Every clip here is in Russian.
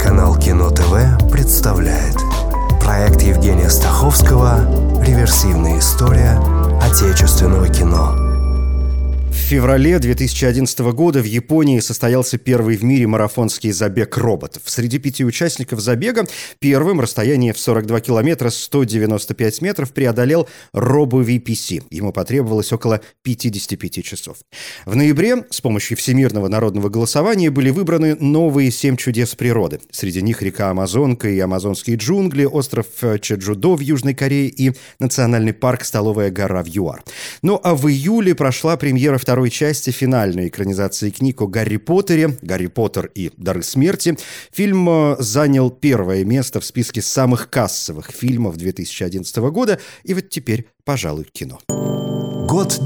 Телеканал Кино ТВ представляет проект Евгения Стаховского «Реверсивная история отечественного кино». В феврале 2011 года в Японии состоялся первый в мире марафонский забег роботов. Среди 5 участников забега первым расстояние в 42 километра 195 метров преодолел робо-VPC. Ему потребовалось около 55 часов. В ноябре с помощью Всемирного народного голосования были выбраны новые 7 чудес природы. Среди них река Амазонка и амазонские джунгли, остров Чеджудо в Южной Корее и национальный парк Столовая гора в ЮАР. Ну а в июле прошла премьера второй части финальной экранизации книг о Гарри Поттере «Гарри Поттер и дары смерти». Фильм занял первое место в списке самых кассовых фильмов 2011 года. И вот теперь, пожалуй, кино. Год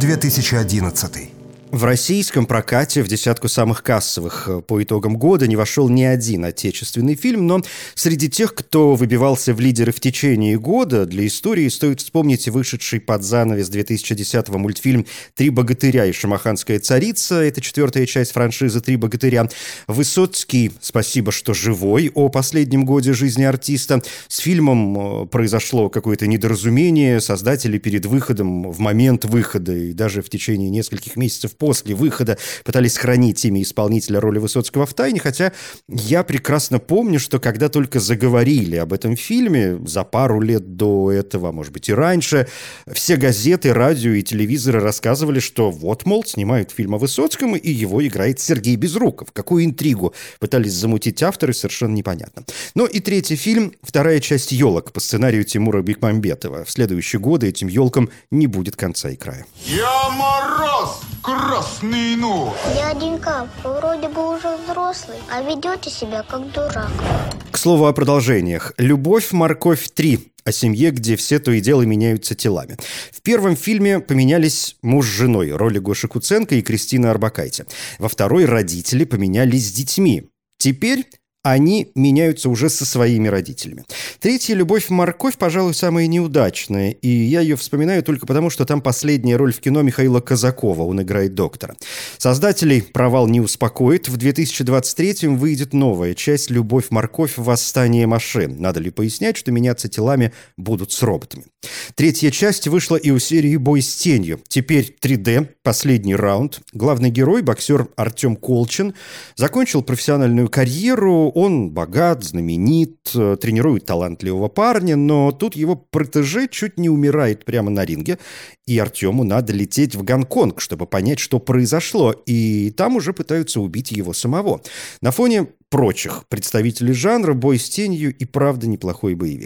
2011. В российском прокате в десятку самых кассовых по итогам года не вошел ни один отечественный фильм, но среди тех, кто выбивался в лидеры в течение года, для истории стоит вспомнить вышедший под занавес 2010-го мультфильм «Три богатыря и шамаханская царица». Это 4-я часть франшизы «Три богатыря». Высоцкий «Спасибо, что живой» о последнем годе жизни артиста. С фильмом произошло какое-то недоразумение. Создатели перед выходом, в момент выхода и даже в течение нескольких месяцев после выхода пытались хранить имя исполнителя роли Высоцкого в тайне, хотя я прекрасно помню, что когда только заговорили об этом фильме, за пару лет до этого, а может быть и раньше, все газеты, радио и телевизоры рассказывали, что вот, мол, снимают фильм о Высоцком, и его играет Сергей Безруков. Какую интригу пытались замутить авторы, совершенно непонятно. Ну и третий фильм, вторая часть «Елок» по сценарию Тимура Бекмамбетова. В следующие годы этим елкам не будет конца и края. Я Мороз! Красный нос! Дяденька, вы вроде бы уже взрослый, а ведете себя как дурак. К слову о продолжениях. «Любовь, морковь 3». О семье, где все то и дело меняются телами. В первом фильме поменялись муж с женой, роли Гоши Куценко и Кристины Орбакайте. Во второй родители поменялись с детьми. Теперь они меняются уже со своими родителями. Третья «Любовь, морковь», пожалуй, самая неудачная. И я ее вспоминаю только потому, что там последняя роль в кино Михаила Казакова. Он играет доктора. Создателей провал не успокоит. В 2023-м выйдет новая часть «Любовь, морковь. Восстание машин». Надо ли пояснять, что меняться телами будут с роботами? Третья часть вышла и у серии «Бой с тенью». Теперь 3D, последний раунд. Главный герой, боксер Артем Колчин, закончил профессиональную карьеру. Он богат, знаменит, тренирует талантливого парня, но тут его протеже чуть не умирает прямо на ринге, и Артему надо лететь в Гонконг, чтобы понять, что произошло, и там уже пытаются убить его самого. На фоне прочих представителей жанра «Бой с тенью» и правда неплохой боевик.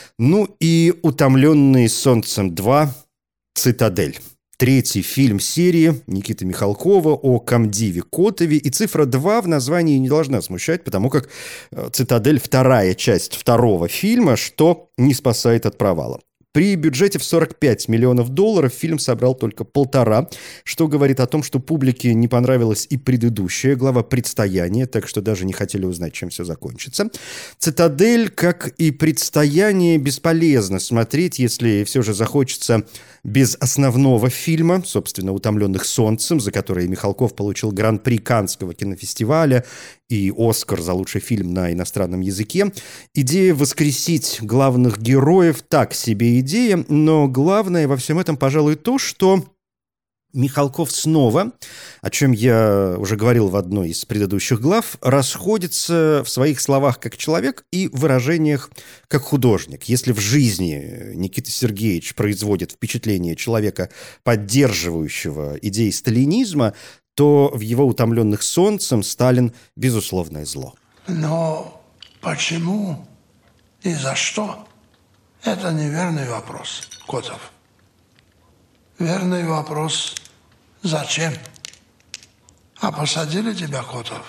Ну и «Утомленные солнцем 2. Цитадель». Третий фильм серии Никиты Михалкова о комдиве Котове, и цифра 2 в названии не должна смущать, потому как «Цитадель» — вторая часть второго фильма, что не спасает от провала. При бюджете в $45 миллионов фильм собрал только 1,5, что говорит о том, что публике не понравилась и предыдущая глава «Предстояние», так что даже не хотели узнать, чем все закончится. «Цитадель», как и «Предстояние», бесполезно смотреть, если все же захочется без основного фильма, собственно, «Утомленных солнцем», за который Михалков получил гран-при Каннского кинофестиваля и «Оскар» за лучший фильм на иностранном языке. Идея воскресить главных героев — так себе идея, но главное во всем этом, пожалуй, то, что Михалков снова, о чем я уже говорил в одной из предыдущих глав, расходится в своих словах как человек и выражениях как художник. Если в жизни Никита Сергеевич производит впечатление человека, поддерживающего идеи сталинизма, то в его «Утомленных солнцем» Сталин – безусловное зло. Но почему и за что – это неверный вопрос, Котов. Верный вопрос – зачем? А посадили тебя, Котов,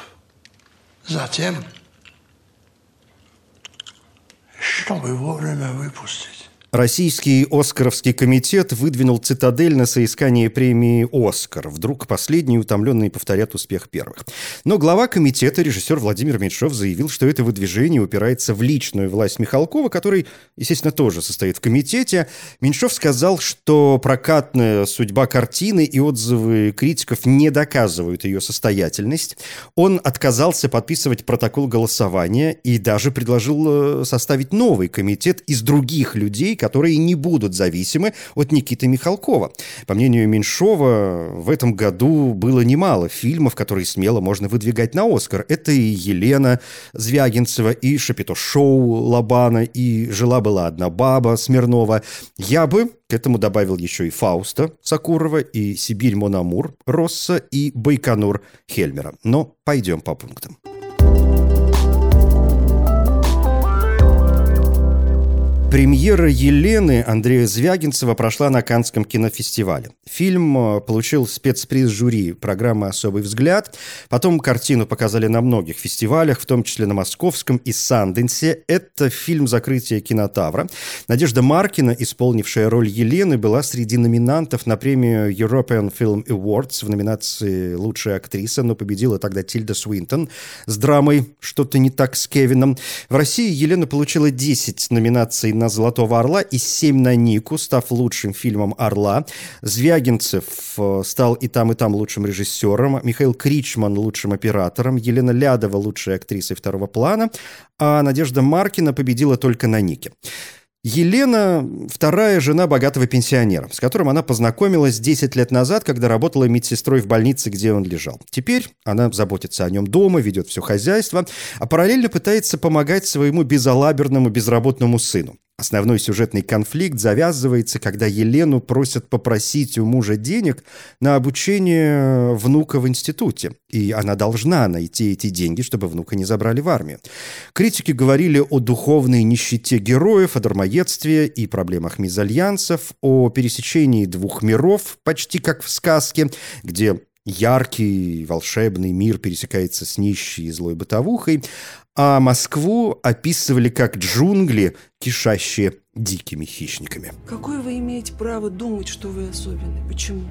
затем, чтобы вовремя выпустить. Российский Оскаровский комитет выдвинул «Цитадель» на соискание премии «Оскар». Вдруг последние утомленные повторят успех первых. Но глава комитета, режиссер Владимир Меньшов, заявил, что это выдвижение упирается в личную власть Михалкова, который, естественно, тоже состоит в комитете. Меньшов сказал, что прокатная судьба картины и отзывы критиков не доказывают ее состоятельность. Он отказался подписывать протокол голосования и даже предложил составить новый комитет из других людей, которые не будут зависимы от Никиты Михалкова. По мнению Меньшова, в этом году было немало фильмов, которые смело можно выдвигать на «Оскар». Это и «Елена» Звягинцева, и «Шапито-шоу» Лобана, и «Жила-была одна баба» Смирнова. Я бы к этому добавил еще и «Фауста» Сакурова, и «Сибирь Мон-Амур» Росса, и «Байконур» Хельмера. Но пойдем по пунктам. Премьера «Елены» Андрея Звягинцева прошла на Каннском кинофестивале. Фильм получил спецприз жюри программы «Особый взгляд». Потом картину показали на многих фестивалях, в том числе на Московском и Санденсе. Это фильм закрытия кинотавра. Надежда Маркина, исполнившая роль Елены, была среди номинантов на премию European Film Awards в номинации «Лучшая актриса», но победила тогда Тильда Суинтон с драмой «Что-то не так с Кевином». В России Елена получила 10 номинаций на «Золотого орла» и 7 на «Нику», став лучшим фильмом «Орла». Звягинцев стал и там лучшим режиссером, Михаил Кричман – лучшим оператором, Елена Лядова – лучшей актрисой второго плана, а Надежда Маркина победила только на «Нике». Елена – вторая жена богатого пенсионера, с которым она познакомилась 10 лет назад, когда работала медсестрой в больнице, где он лежал. Теперь она заботится о нем дома, ведет все хозяйство, а параллельно пытается помогать своему безалаберному безработному сыну. Основной сюжетный конфликт завязывается, когда Елену просят попросить у мужа денег на обучение внука в институте. И она должна найти эти деньги, чтобы внука не забрали в армию. Критики говорили о духовной нищете героев, о дармоедстве и проблемах мезальянсов, о пересечении двух миров, почти как в сказке, где яркий волшебный мир пересекается с нищей и злой бытовухой, а Москву описывали как джунгли, кишащие дикими хищниками. Какое вы имеете право думать, что вы особенный? Почему?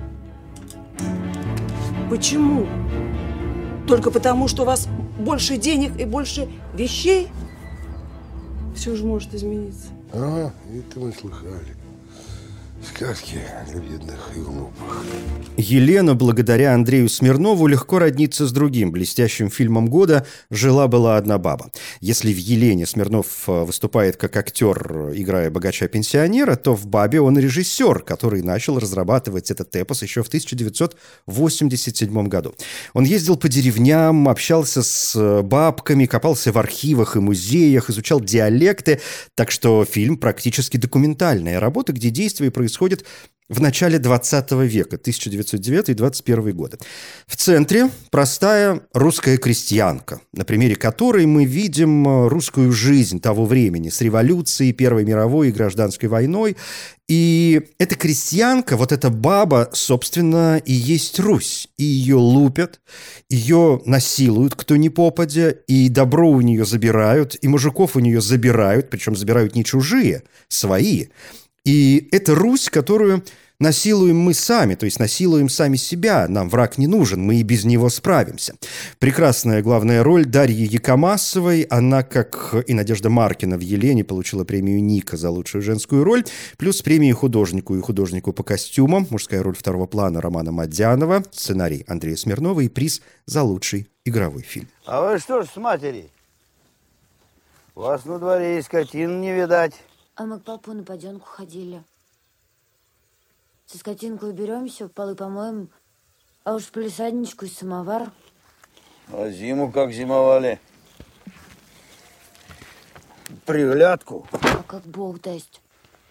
Почему? Только потому, что у вас больше денег и больше вещей? Все же может измениться. Ага, это мы слыхали. Сказки для бедных и глупых. Елена, благодаря Андрею Смирнову, легко роднится с другим блестящим фильмом года «Жила-была одна баба». Если в «Елене» Смирнов выступает как актер, играя богача-пенсионера, то в «Бабе» он режиссер, который начал разрабатывать этот эпос еще в 1987 году. Он ездил по деревням, общался с бабками, копался в архивах и музеях, изучал диалекты, так что фильм практически документальная работа, где действие происходит в начале 20 века, 1909-21 годы. В центре простая русская крестьянка, на примере которой мы видим русскую жизнь того времени с революцией, Первой мировой и гражданской войной. И эта крестьянка, вот эта баба, собственно, и есть Русь. И ее лупят, ее насилуют, кто ни попадя, и добро у нее забирают, и мужиков у нее забирают, причем забирают не чужие, свои. И это Русь, которую насилуем мы сами, то есть насилуем сами себя. Нам враг не нужен, мы и без него справимся. Прекрасная главная роль Дарьи Якомасовой. Она, как и Надежда Маркина в «Елене», получила премию Ника за лучшую женскую роль, плюс премии художнику и художнику по костюмам, мужская роль второго плана Романа Мадзянова, сценарий Андрея Смирнова и приз за лучший игровой фильм. А вы что ж с матерей? У вас на дворе и скотину не видать. А мы к папу на поденку ходили. Со скотинкой уберемся, полы помоем, а уж в палисадничку и самовар. А зиму как зимовали? Приглядку. А как Бог даст.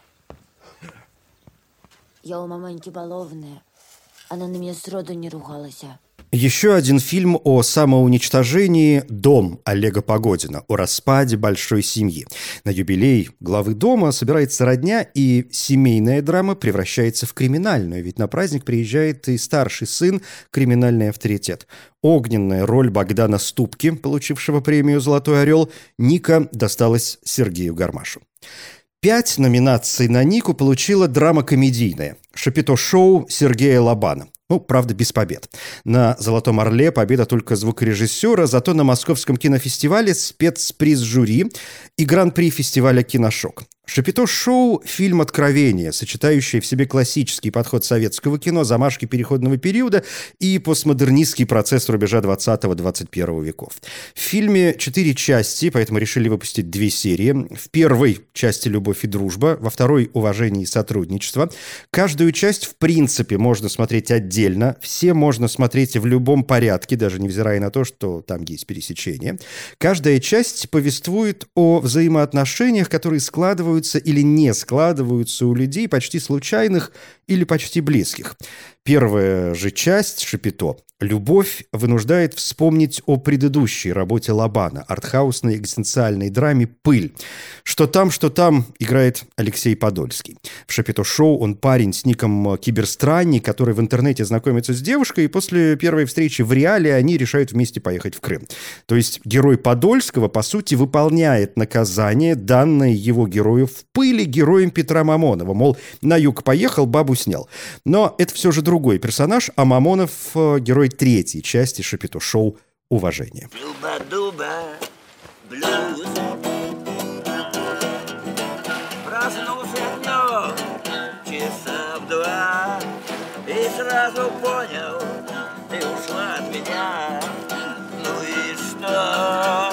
Я у маманьки балованная. Она на меня сроду не ругалась. Еще один фильм о самоуничтожении «Дом» Олега Погодина, о распаде большой семьи. На юбилей главы дома собирается родня, и семейная драма превращается в криминальную, ведь на праздник приезжает и старший сын, криминальный авторитет. Огненная роль Богдана Ступки, получившего премию «Золотой орел», Ника досталась Сергею Гармашу. 5 номинаций на Нику получила драма комедийная «Шапито-шоу» Сергея Лобана. Правда, без побед. На «Золотом орле» победа только звукорежиссера, зато на Московском кинофестивале спецприз жюри и гран-при фестиваля «Киношок». «Шапито-шоу» – фильм откровения, сочетающий в себе классический подход советского кино, замашки переходного периода и постмодернистский процесс рубежа 20-21 веков. В фильме 4 части, поэтому решили выпустить 2 серии. В первой части «Любовь и дружба», во второй «Уважение и сотрудничество». Каждую часть, в принципе, можно смотреть отдельно. Все можно смотреть в любом порядке, даже невзирая на то, что там есть пересечения. Каждая часть повествует о взаимоотношениях, которые складываются или не складываются у людей почти случайных или почти близких. Первая же часть «Шапито» «Любовь» вынуждает вспомнить о предыдущей работе Лобана, артхаусной экзистенциальной драме «Пыль». Что там» играет Алексей Подольский. В «Шапито-шоу» он парень с ником Киберстранник, который в интернете знакомится с девушкой, и после первой встречи в реале они решают вместе поехать в Крым. То есть герой Подольского, по сути, выполняет наказание, данное его герою в «Пыли» героем Петра Мамонова. Мол, на юг поехал, бабу снял. Но это все же другой персонаж, а Мамонов – герой 3-й части «Шапито-шоу» «Уважение». Люба-дуба, блюз. Проснулся днем часа в 2 и сразу понял, ты ушла от меня. Ну и что?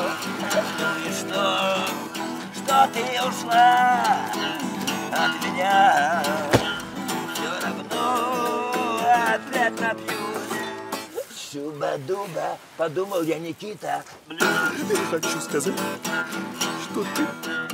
Что ты ушла от меня? Все равно опять напьюсь. Шуба-дуба, подумал я, Никита. Я хочу сказать, что ты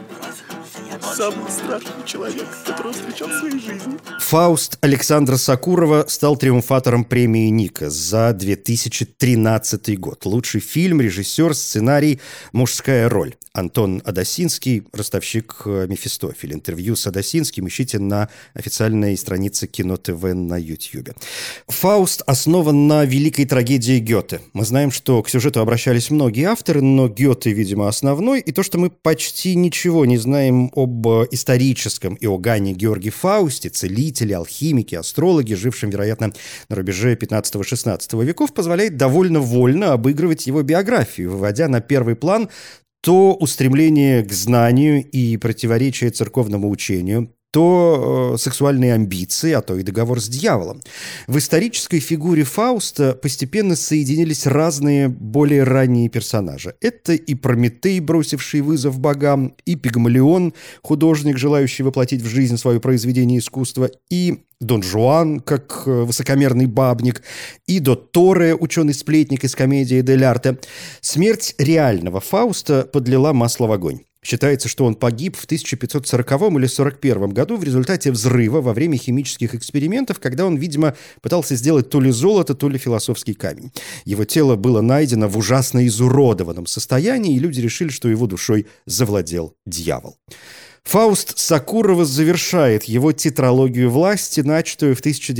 самый страшный человек, которого встречал в своей жизни. «Фауст» Александра Сокурова стал триумфатором премии «Ника» за 2013 год. Лучший фильм, режиссер, сценарий, мужская роль. Антон Адасинский, ростовщик «Мефистофель». Интервью с Адасинским ищите на официальной странице Кино ТВ на Ютьюбе. «Фауст» основан на великой трагедии Гёте. Мы знаем, что к сюжету обращались многие авторы, но Гёте, видимо, основной. И то, что мы почти ничего не знаем об историческом Иоганне Георге Фаусте, целителе, алхимике, астрологе, жившем, вероятно, на рубеже 15-16 веков, позволяет довольно вольно обыгрывать его биографию, выводя на первый план то устремление к знанию и противоречие церковному учению, то сексуальные амбиции, а то и договор с дьяволом. В исторической фигуре Фауста постепенно соединились разные более ранние персонажи. Это и Прометей, бросивший вызов богам, и Пигмалион, художник, желающий воплотить в жизнь свое произведение искусства, и Дон Жуан, как высокомерный бабник, и Дотторе, ученый-сплетник из комедии «Дель Арте». Смерть реального Фауста подлила масло в огонь. Считается, что он погиб в 1540 или 41 году в результате взрыва во время химических экспериментов, когда он, видимо, пытался сделать то ли золото, то ли философский камень. Его тело было найдено в ужасно изуродованном состоянии, и люди решили, что его душой завладел дьявол. Фауст Сокурова завершает его тетралогию власти, начатую в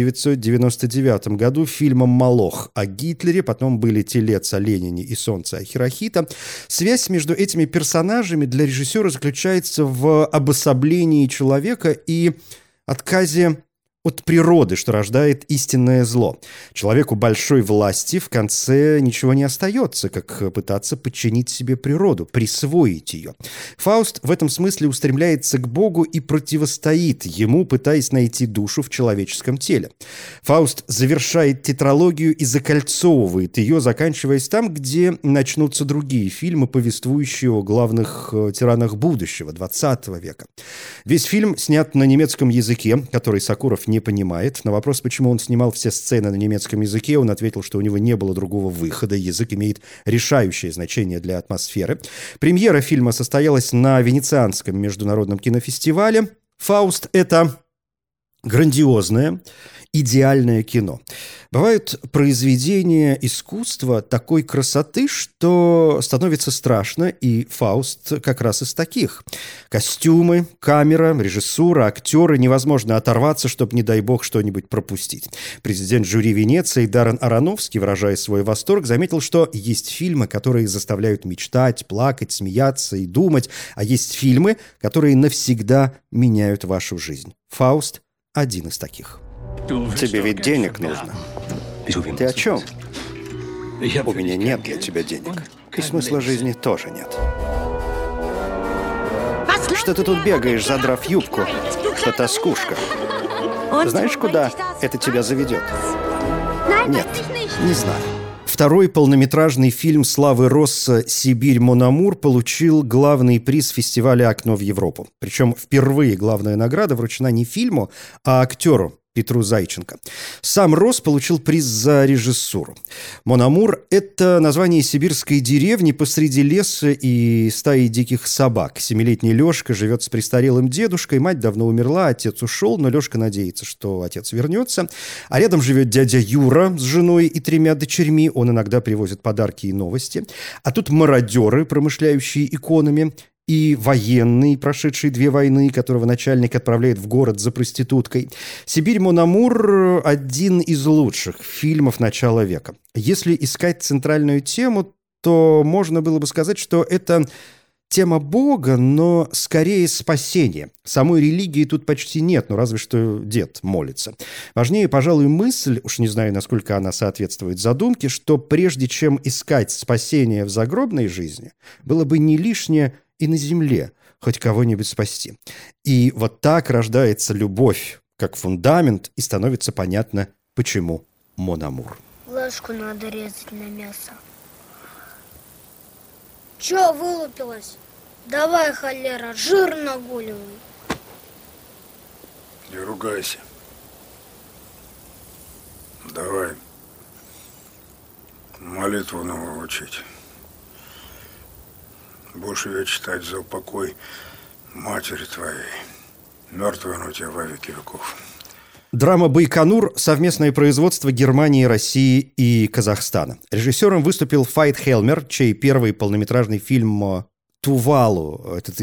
1999 году фильмом «Молох» о Гитлере, потом были «Телец» о Ленине и «Солнце» о Хирохито. Связь между этими персонажами для режиссера заключается в обособлении человека и отказе от природы, что рождает истинное зло. Человеку большой власти в конце ничего не остается, как пытаться подчинить себе природу, присвоить ее. Фауст в этом смысле устремляется к Богу и противостоит ему, пытаясь найти душу в человеческом теле. Фауст завершает тетралогию и закольцовывает ее, заканчиваясь там, где начнутся другие фильмы, повествующие о главных тиранах будущего, 20 века. Весь фильм снят на немецком языке, который Сокуров не понимает. На вопрос, почему он снимал все сцены на немецком языке, он ответил, что у него не было другого выхода. Язык имеет решающее значение для атмосферы. Премьера фильма состоялась на Венецианском международном кинофестивале. «Фауст» — это грандиозное, идеальное кино. Бывают произведения искусства такой красоты, что становится страшно, и «Фауст» как раз из таких. Костюмы, камера, режиссура, актеры, невозможно оторваться, чтобы, не дай бог, что-нибудь пропустить. Президент жюри Венеции Даррен Аронофский, выражая свой восторг, заметил, что есть фильмы, которые заставляют мечтать, плакать, смеяться и думать, а есть фильмы, которые навсегда меняют вашу жизнь. «Фауст» – один из таких. Тебе ведь денег нужно. Ты о чем? У меня нет для тебя денег. И смысла жизни тоже нет. Что ты тут бегаешь, задрав юбку? Что тоскушка? Знаешь, куда это тебя заведет? Нет, не знаю. Второй полнометражный фильм Славы Росса «Сибирь, мон амур» получил главный приз фестиваля «Окно в Европу». Причем впервые главная награда вручена не фильму, а актеру Петру Зайченко. Сам Росс получил приз за режиссуру. «Мон амур» — это название сибирской деревни посреди леса и стаи диких собак. 7-летний Лешка живет с престарелым дедушкой, мать давно умерла, отец ушел, но Лешка надеется, что отец вернется. А рядом живет дядя Юра с женой и 3 дочерьми, он иногда привозит подарки и новости. А тут мародеры, промышляющие иконами, и военный, прошедший 2 войны, которого начальник отправляет в город за проституткой. «Сибирь, мон амур» – один из лучших фильмов начала века. Если искать центральную тему, то можно было бы сказать, что это тема Бога, но скорее спасение. Самой религии тут почти нет, ну разве что дед молится. Важнее, пожалуй, мысль, уж не знаю, насколько она соответствует задумке, что прежде чем искать спасение в загробной жизни, было бы не лишнее и на земле хоть кого-нибудь спасти. И вот так рождается любовь как фундамент, и становится понятно, почему «Мон амур». Ложку надо резать на мясо. Чё вылупилась? Давай, холера, жир нагуливай. Не ругайся. Давай молитву новую учить. Будешь ее читать за упокой матери твоей. Мертвая она у тебя во веки веков. Драма «Байконур» – совместное производство Германии, России и Казахстана. Режиссером выступил Файт Хелмер, чей первый полнометражный фильм «Тувалу» – это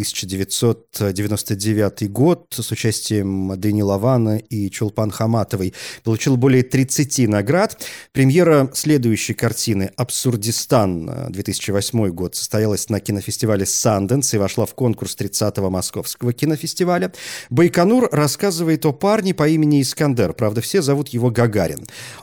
1999 год, с участием Дэни Лавана и Чулпан Хаматовой, получил более 30 наград. Премьера следующей картины «Абсурдистан» 2008 год состоялась на кинофестивале «Санденс» и вошла в конкурс 30-го Московского кинофестиваля. «Байконур» рассказывает о парне по имени Искандер, правда, все зовут его Гагарин.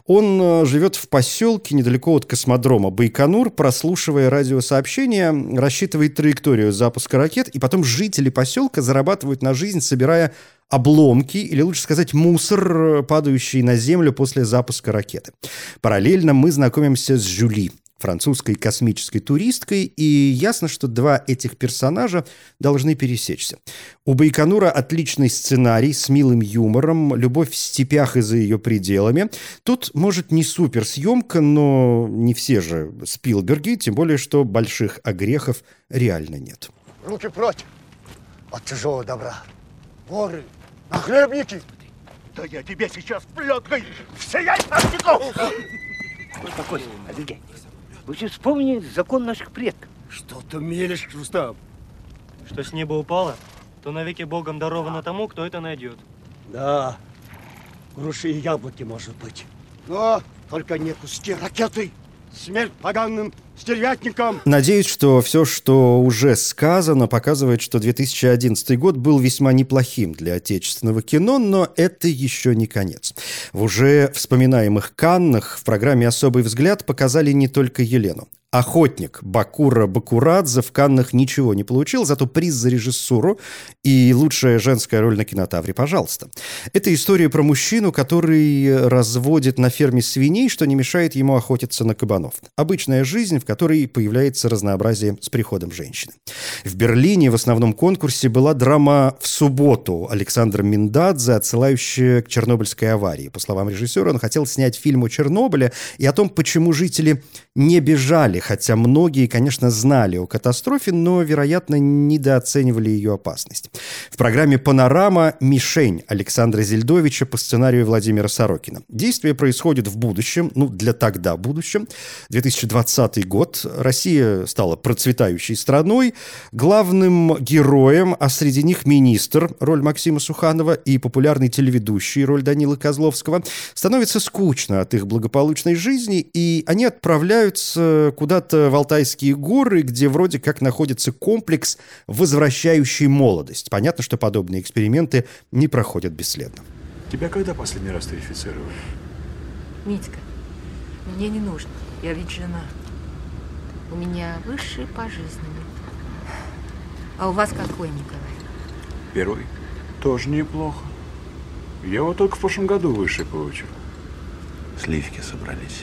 Он живет в поселке недалеко от космодрома Байконур, прослушивая радиосообщения, рассчитывает траекторию запуска ракет, и потом жители поселка зарабатывают на жизнь, собирая обломки, или лучше сказать, мусор, падающий на землю после запуска ракеты. Параллельно мы знакомимся с Жюли, французской космической туристкой, и ясно, что 2 этих персонажа должны пересечься. У Байконура отличный сценарий с милым юмором, любовь в степях и за ее пределами. Тут, может, не суперсъемка, но не все же Спилберги, тем более, что больших огрехов реально нет. Руки прочь от чужого добра. Воры, нахлебники. Да я тебе сейчас плеткой всеять практику. Успокойся, Адыгей. Лучше вспомни закон наших предков. Что ты мелешь, Рустам? Что с неба упало, то навеки Богом даровано тому, кто это найдет. Да, груши и яблоки, может быть. Но только не пусти ракеты. Смерть поганым стервятникам. Надеюсь, что все, что уже сказано, показывает, что 2011 год был весьма неплохим для отечественного кино, но это еще не конец. В уже вспоминаемых Каннах в программе «Особый взгляд» показали не только Елену. «Охотник» Бакура Бакурадзе в Каннах ничего не получил, зато приз за режиссуру и лучшая женская роль на кинотавре, пожалуйста. Это история про мужчину, который разводит на ферме свиней, что не мешает ему охотиться на кабанов. Обычная жизнь, в которой появляется разнообразие с приходом женщины. В Берлине в основном конкурсе была драма «В субботу» Александра Миндадзе, отсылающая к Чернобыльской аварии. По словам режиссера, он хотел снять фильм о Чернобыле и о том, почему жители не бежали, хотя многие, конечно, знали о катастрофе, но, вероятно, недооценивали ее опасность. В программе «Панорама» «Мишень» Александра Зельдовича по сценарию Владимира Сорокина. Действие происходит в будущем, для тогда будущем. 2020 год. Россия стала процветающей страной. Главным героем, а среди них министр, роль Максима Суханова, и популярный телеведущий, роль Данилы Козловского, становится скучно от их благополучной жизни, и они отправляются куда-то в Алтайские горы, где вроде как находится комплекс, возвращающий молодость. Понятно, что подобные эксперименты не проходят бесследно. Тебя когда последний раз тарифицировали? Митька, мне не нужно. Я ведь жена. У меня высший пожизненный. А у вас какой, Николай? Первый. Тоже неплохо. Я вот только в прошлом году высший получил. Сливки собрались.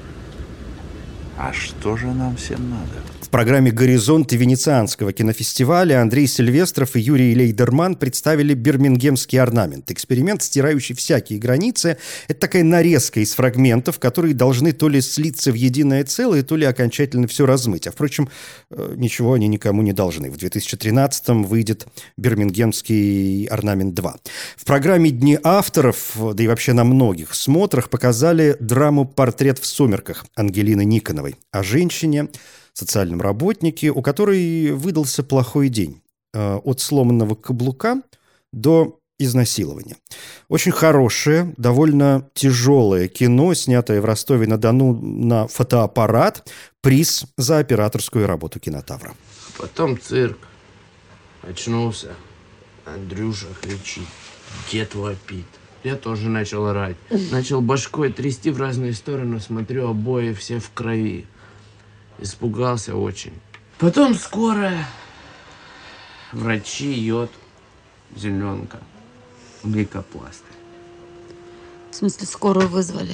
А что же нам всем надо? В программе «Горизонты» Венецианского кинофестиваля Андрей Сильвестров и Юрий Лейдерман представили «Бирмингемский орнамент». Эксперимент, стирающий всякие границы. Это такая нарезка из фрагментов, которые должны то ли слиться в единое целое, то ли окончательно все размыть. А, впрочем, ничего они никому не должны. В 2013-м выйдет «Бирмингемский орнамент 2». В программе «Дни авторов», да и вообще на многих смотрах, показали драму «Портрет в сумерках» Ангелины Никоновой о женщине, социальном работнике, у которой выдался плохой день. От сломанного каблука до изнасилования. Очень хорошее, довольно тяжелое кино, снятое в Ростове-на-Дону на фотоаппарат. Приз за операторскую работу кинотавра. Потом цирк. Очнулся. Андрюша кричит. Дед вопит. Я тоже начал орать. Начал башкой трясти в разные стороны. Смотрю, обои все в крови. Испугался очень. Потом скорая. Врачи, йод, зеленка, гликопласты. В смысле, скорую вызвали?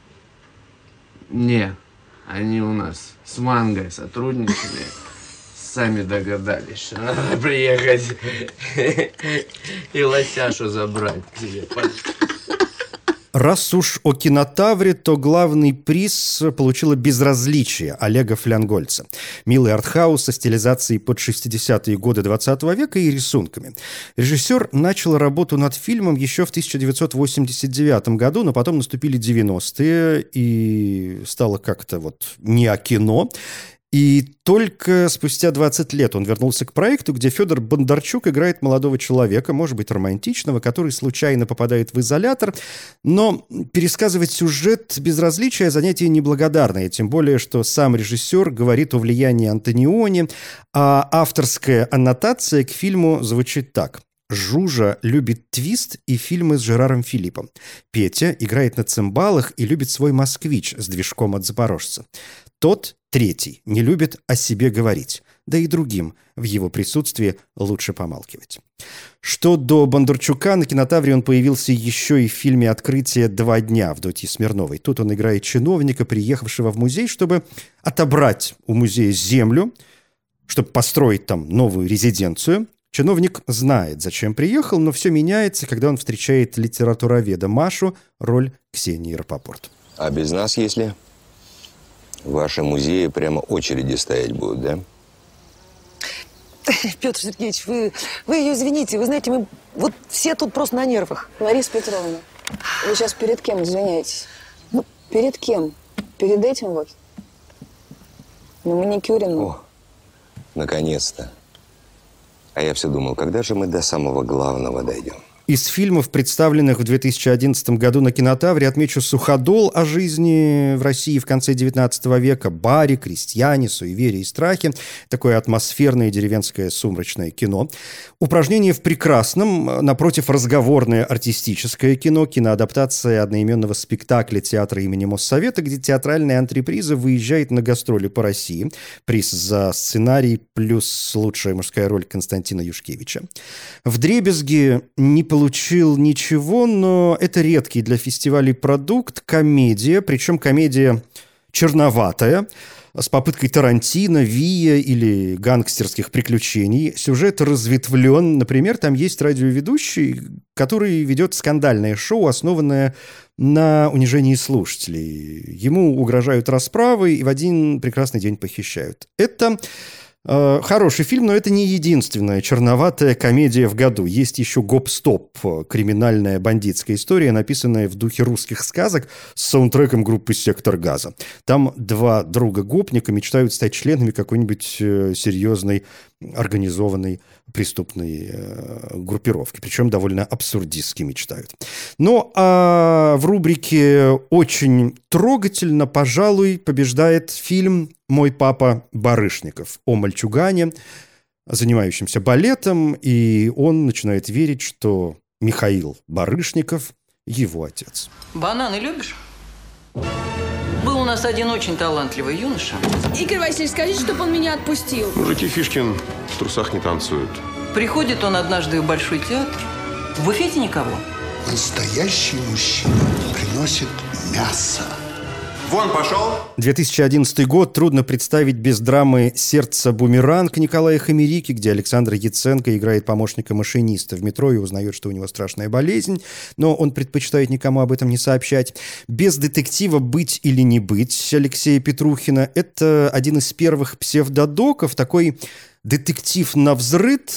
Не, они у нас с Вангой сотрудничали. Сами догадались, что надо приехать и лосяшу забрать к себе. Раз уж о кинотавре, то главный приз получило «Безразличие» Олега Флянгольца. Милый артхаус со стилизацией под 60-е годы 20 века и рисунками. Режиссер начал работу над фильмом еще в 1989 году, но потом наступили 90-е, и стало как-то не о кино. И только спустя 20 лет он вернулся к проекту, где Федор Бондарчук играет молодого человека, может быть, романтичного, который случайно попадает в изолятор. Но пересказывать сюжет «Безразличия» занятие неблагодарное, тем более, что сам режиссер говорит о влиянии Антониони, а авторская аннотация к фильму звучит так. Жужа любит твист и фильмы с Жераром Филиппом. Петя играет на цимбалах и любит свой «Москвич» с движком от «Запорожца». Тот, третий, не любит о себе говорить, да и другим в его присутствии лучше помалкивать. Что до Бондарчука, на кинотавре он появился еще и в фильме «Открытие. 2 дня» Авдотьи Смирновой. Тут он играет чиновника, приехавшего в музей, чтобы отобрать у музея землю, чтобы построить там новую резиденцию. Чиновник знает, зачем приехал, но все меняется, когда он встречает литературоведа Машу, роль Ксении Рапопорт. А без нас, если... В вашем музее прямо очереди стоять будут, да? Петр Сергеевич, вы ее извините. Вы знаете, мы все тут просто на нервах. Лариса Петровна, вы сейчас перед кем извиняетесь? Перед кем? Перед этим вот? Маникюрем. О, наконец-то. А я все думал, когда же мы до самого главного дойдем? Из фильмов, представленных в 2011 году на кинотавре, отмечу «Суходол» о жизни в России в конце XIX века, «Барри», «Крестьяне», «Суеверие и страхи». Такое атмосферное деревенское сумрачное кино. «Упражнение в прекрасном», напротив, разговорное артистическое кино, киноадаптация одноименного спектакля театра имени Моссовета, где театральная антреприза выезжает на гастроли по России. Приз за сценарий плюс лучшая мужская роль Константина Юшкевича. «Вдребезги» не получил ничего, но это редкий для фестивалей продукт, комедия, причем комедия черноватая, с попыткой Тарантино, Вия или гангстерских приключений. Сюжет разветвлен. Например, там есть радиоведущий, который ведет скандальное шоу, основанное на унижении слушателей. Ему угрожают расправой и в один прекрасный день похищают. Это хороший фильм, но это не единственная черноватая комедия в году. Есть еще «Гоп-стоп», криминальная бандитская история, написанная в духе русских сказок с саундтреком группы «Сектор газа». Там два друга-гопника мечтают стать членами какой-нибудь серьезной организованной преступной группировки. Причем довольно абсурдистски мечтают. Ну, а в рубрике «Очень трогательно», пожалуй, побеждает фильм «Мой папа Барышников» о мальчугане, занимающемся балетом, и он начинает верить, что Михаил Барышников – его отец. Бананы любишь? Был у нас один очень талантливый юноша. Игорь Васильевич, скажите, чтобы он меня отпустил. Мужики Фишкин в трусах не танцуют. Приходит он однажды в Большой театр. В буфете никого. Настоящий мужчина приносит мясо. Вон пошел! 2011 год. Трудно представить без драмы «Сердце-бумеранг» Николая Хомерики, где Александр Яценко играет помощника машиниста в метро и узнает, что у него страшная болезнь, но он предпочитает никому об этом не сообщать. Без детектива «Быть или не быть» Алексея Петрухина. Это один из первых псевдодоков, такой детектив навзрыд,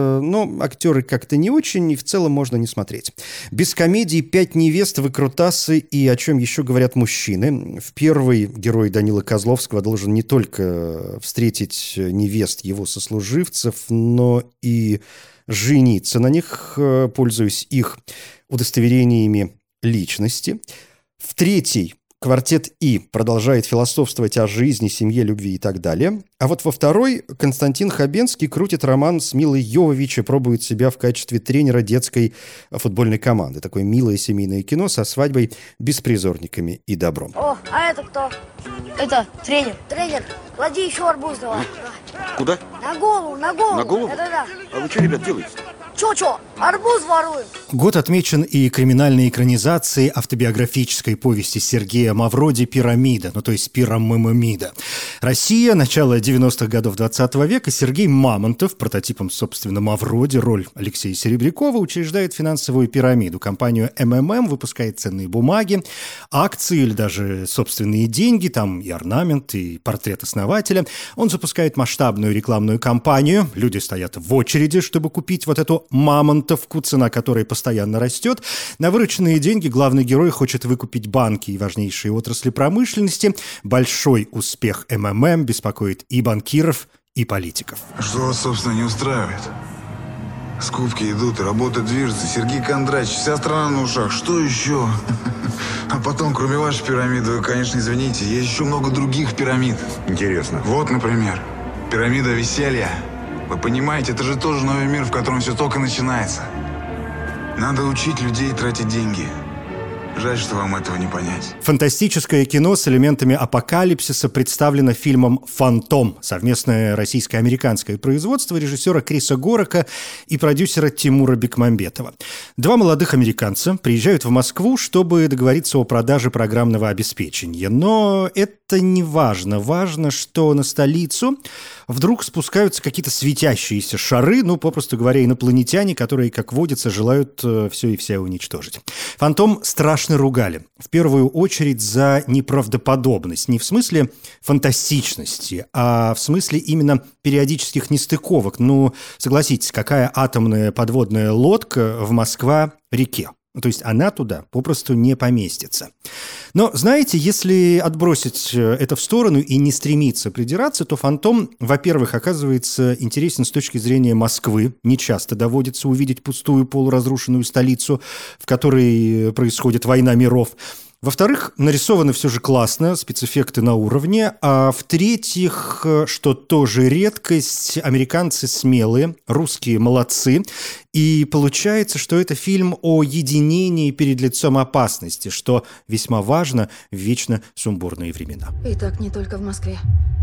но актеры как-то не очень, и в целом можно не смотреть. Без комедии «Пять невест», выкрутасы и «О чем еще говорят мужчины». В первый герой Данилы Козловского должен не только встретить невест его сослуживцев, но и жениться на них, пользуясь их удостоверениями личности. В третий квартет И продолжает философствовать о жизни, семье, любви и так далее. А вот во второй Константин Хабенский крутит роман с Милой Йовович и пробует себя в качестве тренера детской футбольной команды. Такое милое семейное кино со свадьбой, беспризорниками и добром. О, а это кто? Это тренер. Тренер, клади еще арбуз давай. Куда? На голову, на голову. На голову? Да-да-да. А вы что, ребят, делаете? Чё? Арбуз воруем. Год отмечен и криминальной экранизацией автобиографической повести Сергея Мавроди «Пирамида», то есть «Пирамимида». Россия, начало 90-х годов 20 века. Сергей Мамонтов, прототипом, собственно, Мавроди, роль Алексея Серебрякова, учреждает финансовую пирамиду. Компанию МММ выпускает ценные бумаги, акции или даже собственные деньги, там и орнамент, и портрет основателя. Он запускает масштабную рекламную кампанию. Люди стоят в очереди, чтобы купить вот эту мамонтовку, цена которой постоянно растет. На вырученные деньги главный герой хочет выкупить банки и важнейшие отрасли промышленности. Большой успех МММ беспокоит и банкиров, и политиков. Что вас, собственно, не устраивает? Скупки идут, работа движется. Сергей Кондратьевич, вся страна на ушах. Что еще? А потом, кроме вашей пирамиды, вы, конечно, извините, есть еще много других пирамид. Интересно. Вот, например, пирамида веселья. Вы понимаете, это же тоже новый мир, в котором все только начинается. Надо учить людей тратить деньги. Жаль, что вам этого не понять. Фантастическое кино с элементами апокалипсиса представлено фильмом «Фантом». Совместное российско-американское производство режиссера Криса Горака и продюсера Тимура Бекмамбетова. Два молодых американца приезжают в Москву, чтобы договориться о продаже программного обеспечения. Но это не важно. Важно, что на столицу вдруг спускаются какие-то светящиеся шары, попросту говоря, инопланетяне, которые, как водится, желают все и вся уничтожить. «Фантом» страшно ругали. В первую очередь за неправдоподобность. Не в смысле фантастичности, а в смысле именно периодических нестыковок. Согласитесь, какая атомная подводная лодка в Москва-реке? То есть она туда попросту не поместится. Но, знаете, если отбросить это в сторону и не стремиться придираться, то «Фантом», во-первых, оказывается интересен с точки зрения Москвы. Не часто доводится увидеть пустую полуразрушенную столицу, в которой происходит война миров. Во-вторых, нарисовано все же классно, спецэффекты на уровне. А в-третьих, что тоже редкость, американцы смелые, русские молодцы. И получается, что это фильм о единении перед лицом опасности, что весьма важно в вечно сумбурные времена. И так не только в Москве.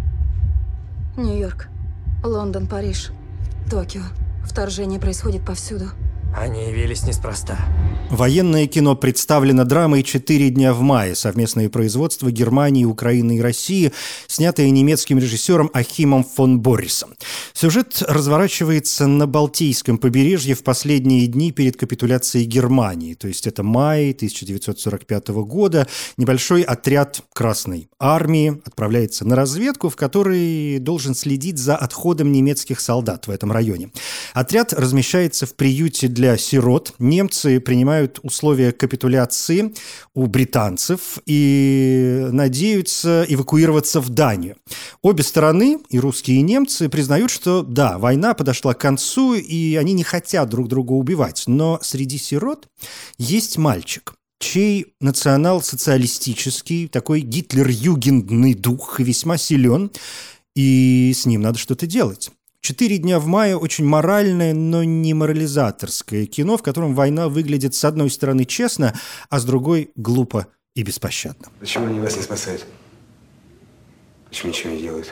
Нью-Йорк, Лондон, Париж, Токио. Вторжение происходит повсюду. Они явились неспроста. Военное кино представлено драмой «4 дня в мае», совместное производство Германии, Украины и России, снятое немецким режиссером Ахимом фон Боррисом. Сюжет разворачивается на Балтийском побережье в последние дни перед капитуляцией Германии, то есть это май 1945 года. Небольшой отряд Красной армии отправляется на разведку, в которой должен следить за отходом немецких солдат в этом районе. Отряд размещается в приюте для сирот. Немцы принимают условия капитуляции у британцев и надеются эвакуироваться в Данию. Обе стороны, и русские, и немцы, признают, что да, война подошла к концу, и они не хотят друг друга убивать. Но среди сирот есть мальчик, чей национал-социалистический, такой гитлер-югендный дух весьма силен, и с ним надо что-то делать. «4 дня в мае» – очень моральное, но не морализаторское кино, в котором война выглядит с одной стороны честно, а с другой – глупо и беспощадно. Почему они вас не спасают? Почему ничего не делают?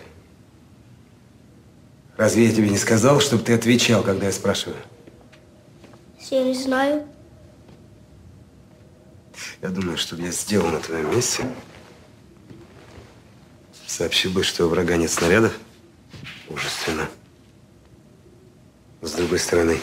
Разве я тебе не сказал, чтобы ты отвечал, когда я спрашиваю? Я не знаю. Я думаю, что я сделал на твоем месте. Сообщи бы, что у врага нет снарядов. Мужественно. С другой стороны,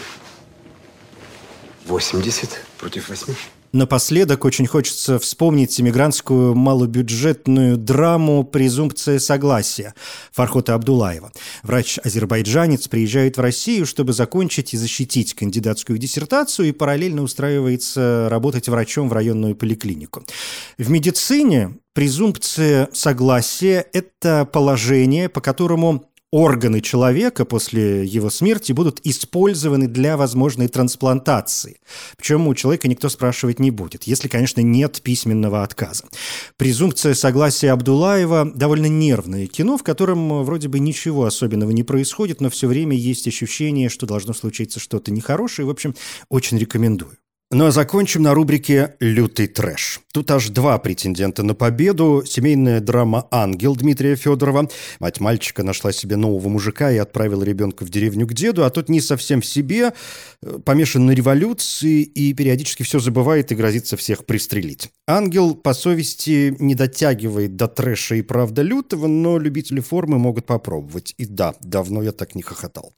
80 против 8. Напоследок очень хочется вспомнить эмигрантскую малобюджетную драму «Презумпция согласия» Фархота Абдулаева. Врач-азербайджанец приезжает в Россию, чтобы закончить и защитить кандидатскую диссертацию, и параллельно устраивается работать врачом в районную поликлинику. В медицине презумпция согласия – это положение, по которому органы человека после его смерти будут использованы для возможной трансплантации. Причем у человека никто спрашивать не будет, если, конечно, нет письменного отказа. «Презумпция согласия» Абдулаева – довольно нервное кино, в котором вроде бы ничего особенного не происходит, но все время есть ощущение, что должно случиться что-то нехорошее. В общем, очень рекомендую. Ну а закончим на рубрике «Лютый трэш». Тут аж 2 претендента на победу. Семейная драма «Ангел» Дмитрия Федорова. Мать мальчика нашла себе нового мужика и отправила ребенка в деревню к деду, а тот не совсем в себе, помешан на революции и периодически все забывает и грозится всех пристрелить. «Ангел» по совести не дотягивает до трэша и правда лютого, но любители формы могут попробовать. И да, давно я так не хохотал.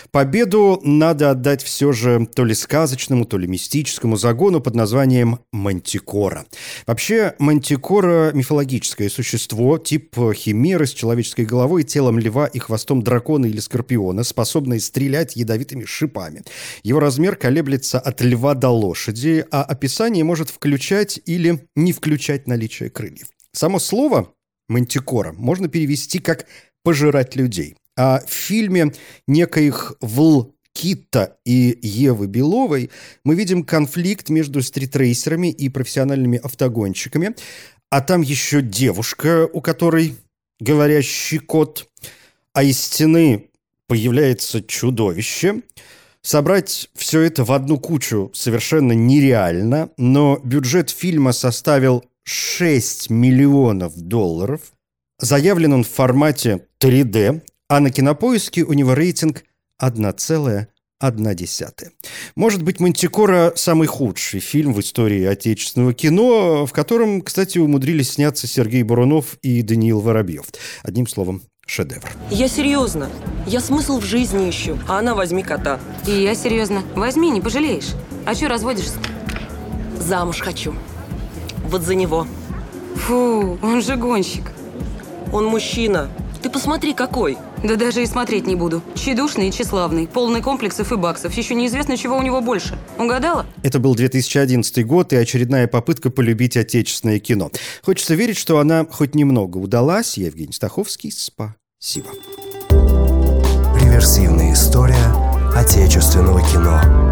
Победу надо отдать все же то ли сказочному, то ли мистическому загону под названием «Мантикора». Вообще, мантикора – мифологическое существо, тип химеры с человеческой головой, телом льва и хвостом дракона или скорпиона, способное стрелять ядовитыми шипами. Его размер колеблется от льва до лошади, а описание может включать или не включать наличие крыльев. Само слово «мантикора» можно перевести как «пожирать людей». А в фильме некоих Китта и Евы Беловой мы видим конфликт между стритрейсерами и профессиональными автогонщиками. А там еще девушка, у которой говорящий кот. А из стены появляется чудовище. Собрать все это в одну кучу совершенно нереально, но бюджет фильма составил $6 миллионов. Заявлен он в формате 3D, а на Кинопоиске у него рейтинг 1,1. Может быть, «Мантикора» – самый худший фильм в истории отечественного кино, в котором, кстати, умудрились сняться Сергей Бурунов и Даниил Воробьев. Одним словом, шедевр. Я серьезно. Я смысл в жизни ищу, а она возьми кота. И я серьезно. Возьми, не пожалеешь. А что разводишься? Замуж хочу. Вот за него. Фу, он же гонщик. Он мужчина. Ты посмотри, какой. Да даже и смотреть не буду. Тщедушный и тщеславный, полный комплексов и баксов. Еще неизвестно, чего у него больше. Угадала? Это был 2011 год и очередная попытка полюбить отечественное кино. Хочется верить, что она хоть немного удалась. Я Евгений Стаховский. Спасибо. Реверсивная история отечественного кино.